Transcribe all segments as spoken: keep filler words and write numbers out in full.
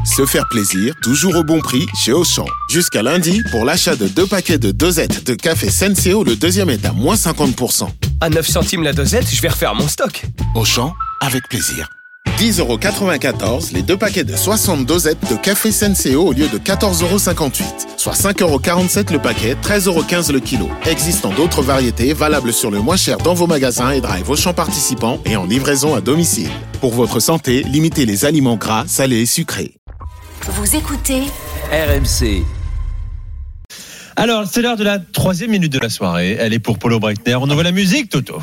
Se faire plaisir, toujours au bon prix chez Auchan. Jusqu'à lundi, pour l'achat de deux paquets de dosettes de café Senseo, le deuxième est à moins cinquante pour cent. À neuf centimes la dosette, je vais refaire mon stock. Auchan, avec plaisir. dix euros quatre-vingt-quatorze les deux paquets de soixante dosettes de café Senseo au lieu de quatorze euros cinquante-huit. Soit cinq euros quarante-sept le paquet, treize euros quinze le kilo. Existant d'autres variétés valables sur le moins cher dans vos magasins et drive Auchan participants et en livraison à domicile. Pour votre santé, limitez les aliments gras, salés et sucrés. Vous écoutez R M C. Alors, c'est l'heure de la troisième minute de la soirée. Elle est pour Paulo Breitner. On envoie la musique, Toto.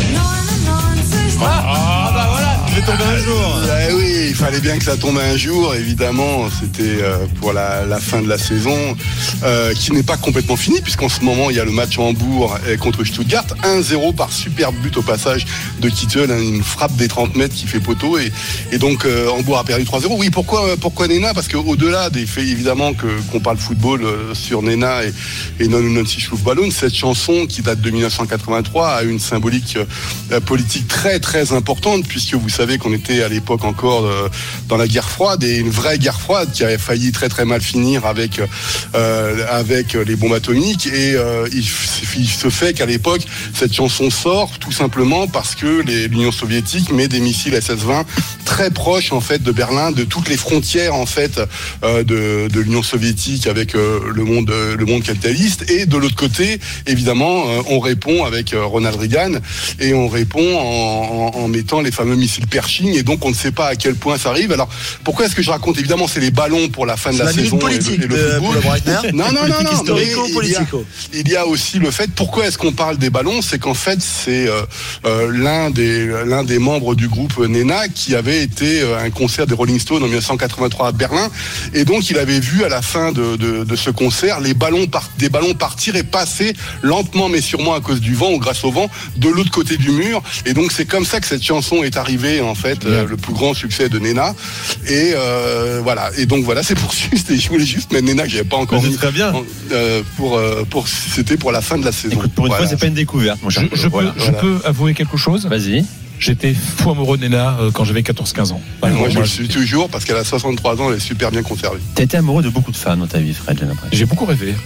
Ah, bah voilà, tu devais tomber un jour. Eh oui, il fallait bien que ça tombe un jour, évidemment. C'était euh, pour la, la fin de la saison, euh, qui n'est pas complètement finie, puisqu'en ce moment, il y a le match Hambourg contre Stuttgart. un zéro par superbe but au passage de Kittel, hein, une frappe des trente mètres qui fait poteau. Et, et donc, euh, Hambourg a perdu trois zéro. Oui, pourquoi, pourquoi Nena ? Parce qu'au-delà des faits, évidemment, que, qu'on parle football euh, sur Nena et, et Non Non Si Schlouf Ballon, cette chanson qui date de dix-neuf cent quatre-vingt-trois a une symbolique euh, politique très, très importante, puisque vous savez qu'on était à l'époque encore euh, dans la guerre froide, et une vraie guerre froide qui avait failli très très mal finir avec euh, avec les bombes atomiques. Et euh, il, il se fait qu'à l'époque cette chanson sort tout simplement parce que les, l'Union soviétique met des missiles S S vingt très proches en fait de Berlin, de toutes les frontières en fait euh, de, de l'Union soviétique avec euh, le monde le monde capitaliste. Et de l'autre côté, évidemment, euh, on répond avec euh, Ronald Reagan, et on répond en, en, en mettant les fameux missiles Pershing. Et donc on ne sait pas à quel point ça arrive. Alors pourquoi est-ce que je raconte ? Évidemment, c'est les ballons pour la fin de c'est la, la saison politique et le, et le football. De non, non, non, non. Historico-politico. Il y, a, il y a aussi le fait. Pourquoi est-ce qu'on parle des ballons ? C'est qu'en fait, c'est euh, euh, l'un des l'un des membres du groupe Nena qui avait été euh, à un concert des Rolling Stones en dix-neuf cent quatre-vingt-trois à Berlin, et donc il avait vu à la fin de, de, de ce concert les ballons par, des ballons partir et passer lentement mais sûrement à cause du vent ou grâce au vent de l'autre côté du mur. Et donc c'est comme ça que cette chanson est arrivée en fait, euh, le plus grand succès de Nena. Et euh, voilà. Et donc voilà, c'est pour juste. Et je voulais juste mettre Nena que j'avais pas encore mais mis. C'est très bien. Euh, pour euh, pour c'était pour la fin de la saison. Écoute, pour une voilà. fois, c'est pas une découverte, mon cher. Je, je, voilà, peux, voilà. je peux avouer quelque chose ? Vas-y. J'étais fou amoureux de Nena euh, quand j'avais quatorze quinze ans. Bah, moi, moi, je le suis toujours parce qu'elle a soixante-trois ans, elle est super bien conservée. T'as été amoureux de beaucoup de femmes dans ta vie, Fred, j'ai l'impression. J'ai beaucoup rêvé.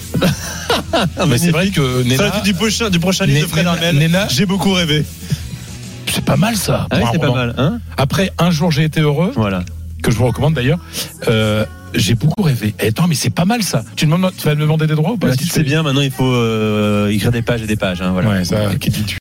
Mais c'est vrai que Nena. Ça, du prochain, du prochain livre de Fred Armel. Nena, j'ai beaucoup rêvé. C'est pas mal ça. Ah oui, c'est pas roman. mal, hein ? Après, Un jour j'ai été heureux, Voilà. que je vous recommande d'ailleurs. Euh, j'ai beaucoup rêvé. Et attends, mais c'est pas mal ça. Tu, demandes, tu vas me demander des droits ou pas ? Bah, tu sais bien, maintenant il faut euh, écrire des pages et des pages. Hein, voilà. Ouais, ça, qui dit